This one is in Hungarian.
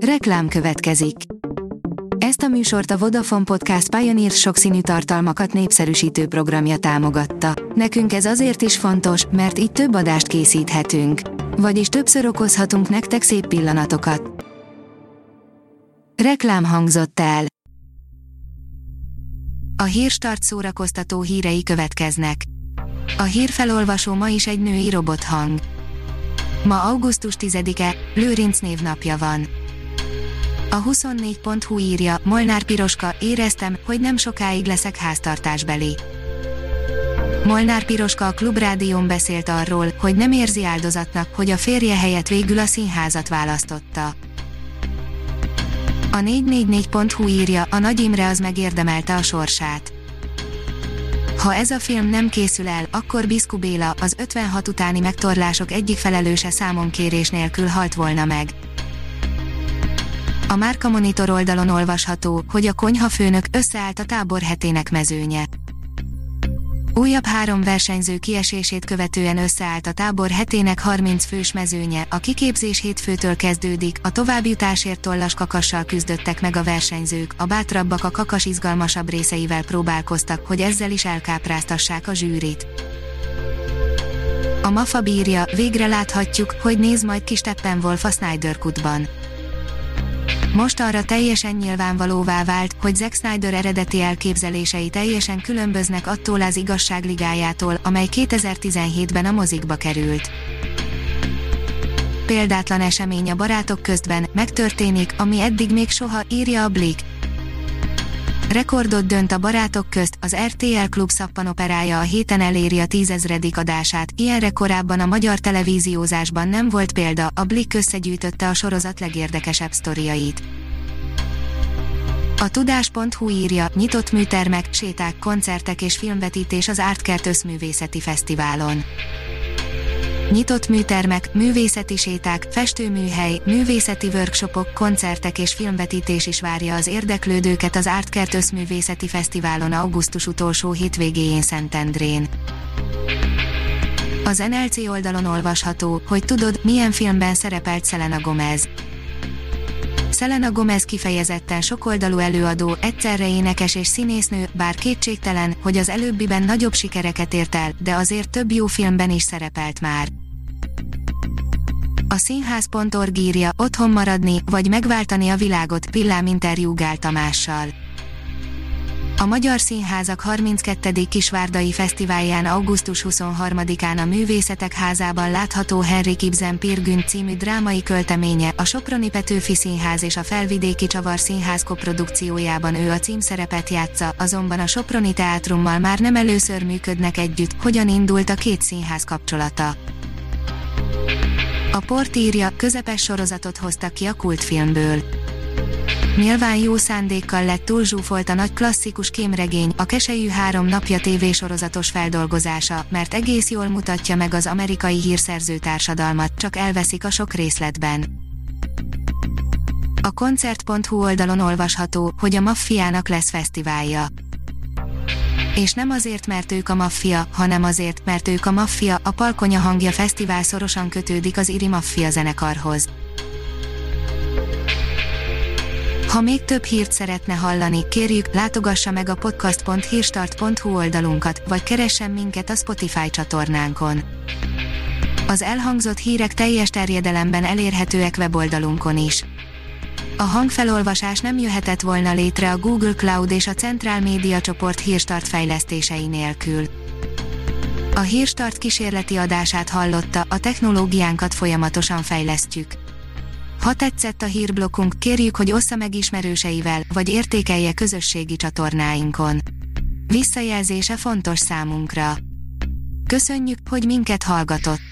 Reklám következik. Ezt a műsort a Vodafone Podcast Pioneer sokszínű tartalmakat népszerűsítő programja támogatta. Nekünk ez azért is fontos, mert így több adást készíthetünk. Vagyis többször okozhatunk nektek szép pillanatokat. Reklám hangzott el. A Hírstart szórakoztató hírei következnek. A hírfelolvasó ma is egy női robothang. Ma augusztus 10-e, Lőrinc névnapja van. A 24.hu írja, Molnár Piroska, éreztem, hogy nem sokáig leszek háztartásbeli. Molnár Piroska a Klubrádión beszélt arról, hogy nem érzi áldozatnak, hogy a férje helyett végül a színházat választotta. A 444.hu írja, a Nagy Imre az megérdemelte a sorsát. Ha ez a film nem készül el, akkor Biszku Béla, az 56 utáni megtorlások egyik felelőse számonkérés nélkül halt volna meg. A Márka Monitor oldalon olvasható, hogy a konyhafőnök összeállt a tábor hetének mezőnye. Újabb 3 versenyző kiesését követően összeállt a tábor hetének 30 fős mezőnye, a kiképzés hétfőtől kezdődik, a továbbjutásért tollas kakassal küzdöttek meg a versenyzők, a bátrabbak a kakas izgalmasabb részeivel próbálkoztak, hogy ezzel is elkápráztassák a zsűrit. A MAFA bírja, végre láthatjuk, hogy néz majd ki Steppenwolf a Snyder Cut-ban. Most arra teljesen nyilvánvalóvá vált, hogy Zack Snyder eredeti elképzelései teljesen különböznek attól az Igazságligájától, amely 2017-ben a mozikba került. Példátlan esemény a barátok köztben, megtörténik, ami eddig még soha, írja a Blick. Rekordot dönt a barátok közt, az RTL Klub szappanoperája a héten eléri a 10 000. adását, ilyenre korábban a magyar televíziózásban nem volt példa, a Blick összegyűjtötte a sorozat legérdekesebb sztoriait. A tudás.hu írja, nyitott műtermek, séták, koncertek és filmvetítés az Artkert Összművészeti Fesztiválon. Nyitott műtermek, művészeti séták, festőműhely, művészeti workshopok, koncertek és filmvetítés is várja az érdeklődőket az Artkert Összművészeti Fesztiválon augusztus utolsó hétvégéjén Szentendrén. Az NLC oldalon olvasható, hogy tudod, milyen filmben szerepelt Selena Gomez. Selena Gomez kifejezetten sokoldalú előadó, egyszerre énekes és színésznő, bár kétségtelen, hogy az előbbiben nagyobb sikereket ért el, de azért több jó filmben is szerepelt már. A színház.org írja, otthon maradni, vagy megváltani a világot, villáminterjú Gál Tamással. A Magyar Színházak 32. Kisvárdai Fesztiválján augusztus 23-án a Művészetek Házában látható Henrik Ibsen Peer Gynt című drámai költeménye, a soproni Petőfi Színház és a felvidéki Csavar Színház koprodukciójában ő a címszerepet játsza, azonban a Soproni Teátrummal már nem először működnek együtt, hogyan indult a két színház kapcsolata. A Port írja, közepes sorozatot hoztak ki a kultfilmből. Nyilván jó szándékkal lett túlzsúfolt a nagy klasszikus kémregény, a Keselyű 3 napja tévésorozatos feldolgozása, mert egész jól mutatja meg az amerikai hírszerző társadalmat, csak elveszik a sok részletben. A koncert.hu oldalon olvasható, hogy a Maffiának lesz fesztiválja. És nem azért, mert ők a maffia, hanem azért, mert ők a maffia, a Palkonya hangja fesztivál szorosan kötődik az IRI Maffia zenekarhoz. Ha még több hírt szeretne hallani, kérjük, látogassa meg a podcast.hírstart.hu oldalunkat, vagy keressen minket a Spotify csatornánkon. Az elhangzott hírek teljes terjedelemben elérhetőek weboldalunkon is. A hangfelolvasás nem jöhetett volna létre a Google Cloud és a Centrál Média csoport Hírstart fejlesztései nélkül. A Hírstart kísérleti adását hallotta, a technológiánkat folyamatosan fejlesztjük. Ha tetszett a hírblokkunk, kérjük, hogy ossza meg ismerőseivel, vagy értékelje közösségi csatornáinkon. Visszajelzése fontos számunkra. Köszönjük, hogy minket hallgatott!